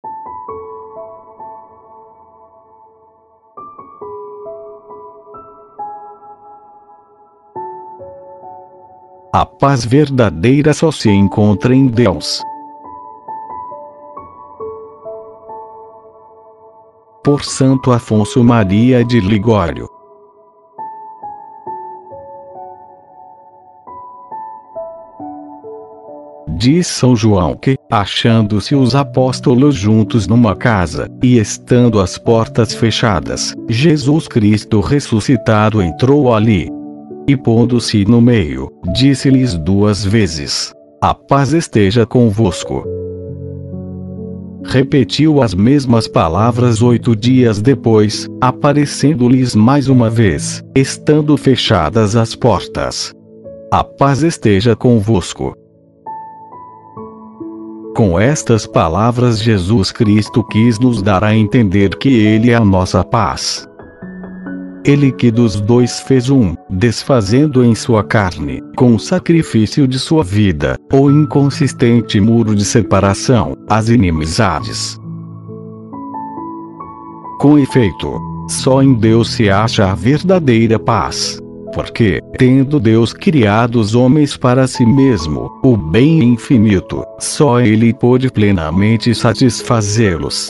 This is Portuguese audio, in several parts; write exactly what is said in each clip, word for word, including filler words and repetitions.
A paz verdadeira só se encontra em Deus. Por Santo Afonso Maria de Ligório. Diz São João que, achando-se os apóstolos juntos numa casa, e estando as portas fechadas, Jesus Cristo ressuscitado entrou ali. E pondo-se no meio, disse-lhes duas vezes: a paz esteja convosco. Repetiu as mesmas palavras oito dias depois, aparecendo-lhes mais uma vez, estando fechadas as portas: a paz esteja convosco. Com estas palavras Jesus Cristo quis nos dar a entender que Ele é a nossa paz. Ele que dos dois fez um, desfazendo em sua carne, com o sacrifício de sua vida, o inconsistente muro de separação, as inimizades. Com efeito, só em Deus se acha a verdadeira paz. Porque, tendo Deus criado os homens para si mesmo, o bem infinito, só Ele pôde plenamente satisfazê-los.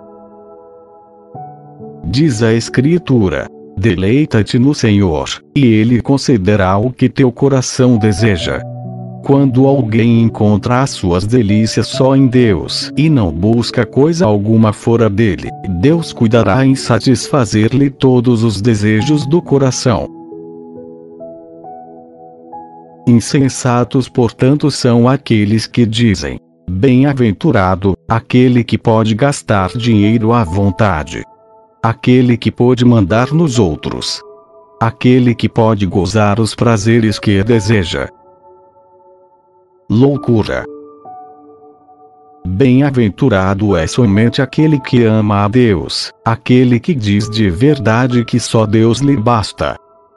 Diz a Escritura: deleita-te no Senhor, e Ele concederá o que teu coração deseja. Quando alguém encontra as suas delícias só em Deus, e não busca coisa alguma fora dele, Deus cuidará em satisfazer-lhe todos os desejos do coração. Insensatos, portanto, são aqueles que dizem: bem-aventurado aquele que pode gastar dinheiro à vontade, aquele que pode mandar nos outros, aquele que pode gozar os prazeres que deseja. Loucura! Bem-aventurado é somente aquele que ama a Deus, aquele que diz de verdade que só Deus lhe basta.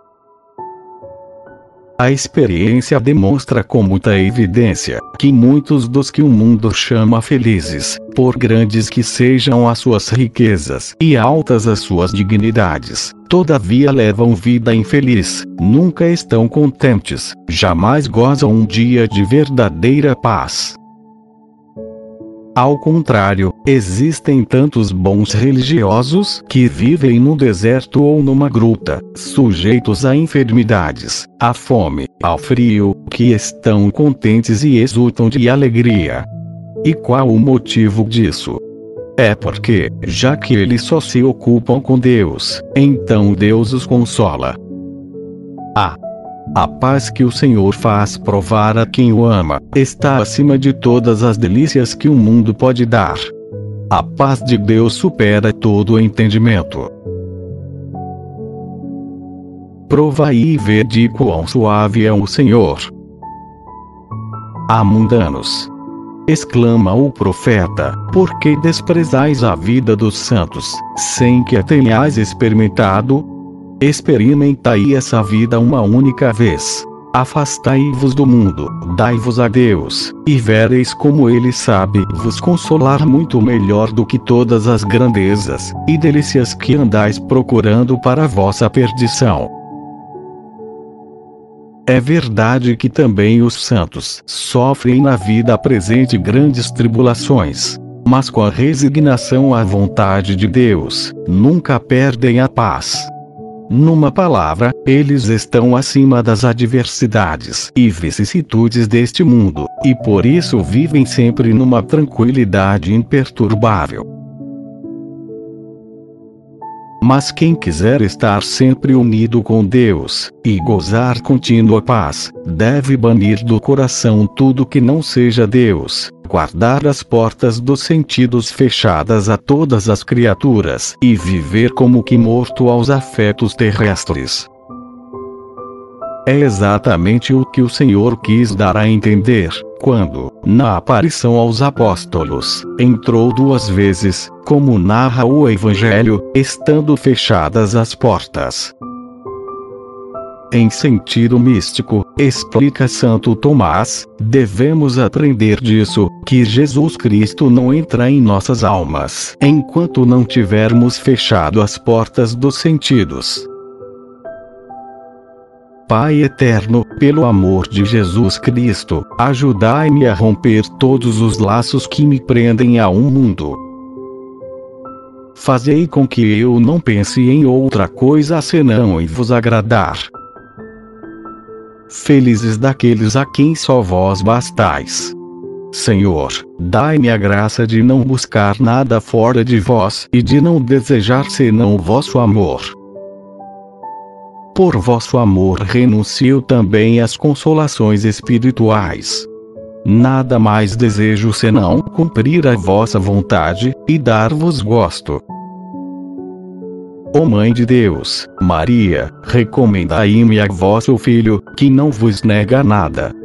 A experiência demonstra com muita evidência que muitos dos que o mundo chama felizes, por grandes que sejam as suas riquezas e altas as suas dignidades, todavia levam vida infeliz, nunca estão contentes, jamais gozam um dia de verdadeira paz. Ao contrário, existem tantos bons religiosos que vivem no deserto ou numa gruta, sujeitos a enfermidades, à fome, ao frio, que estão contentes e exultam de alegria. E qual o motivo disso? É porque, já que eles só se ocupam com Deus, então Deus os consola. Ah! A paz que o Senhor faz provar a quem o ama, está acima de todas as delícias que o mundo pode dar. A paz de Deus supera todo o entendimento. Provai e vede quão suave é o Senhor. Ah, mundanos! Exclama o profeta, por que desprezais a vida dos santos, sem que a tenhais experimentado? Experimentai essa vida uma única vez. Afastai-vos do mundo, dai-vos a Deus, e vereis como Ele sabe vos consolar muito melhor do que todas as grandezas e delícias que andais procurando para a vossa perdição. É verdade que também os santos sofrem na vida presente grandes tribulações, mas com a resignação à vontade de Deus, nunca perdem a paz. Numa palavra, eles estão acima das adversidades e vicissitudes deste mundo, e por isso vivem sempre numa tranquilidade imperturbável. Mas quem quiser estar sempre unido com Deus, e gozar contínua paz, deve banir do coração tudo que não seja Deus, guardar as portas dos sentidos fechadas a todas as criaturas, e viver como que morto aos afetos terrestres. É exatamente o que o Senhor quis dar a entender, quando, na aparição aos apóstolos, entrou duas vezes, como narra o Evangelho, estando fechadas as portas. Em sentido místico, explica Santo Tomás, devemos aprender disso, que Jesus Cristo não entra em nossas almas enquanto não tivermos fechado as portas dos sentidos. Pai eterno, pelo amor de Jesus Cristo, ajudai-me a romper todos os laços que me prendem a um mundo. Fazei com que eu não pense em outra coisa senão em vos agradar. Felizes daqueles a quem só vós bastais. Senhor, dai-me a graça de não buscar nada fora de vós e de não desejar senão o vosso amor. Por vosso amor renuncio também às consolações espirituais. Nada mais desejo senão cumprir a vossa vontade e dar-vos gosto. Ó Mãe de Deus, Maria, recomendai-me a vosso Filho, que não vos nega nada.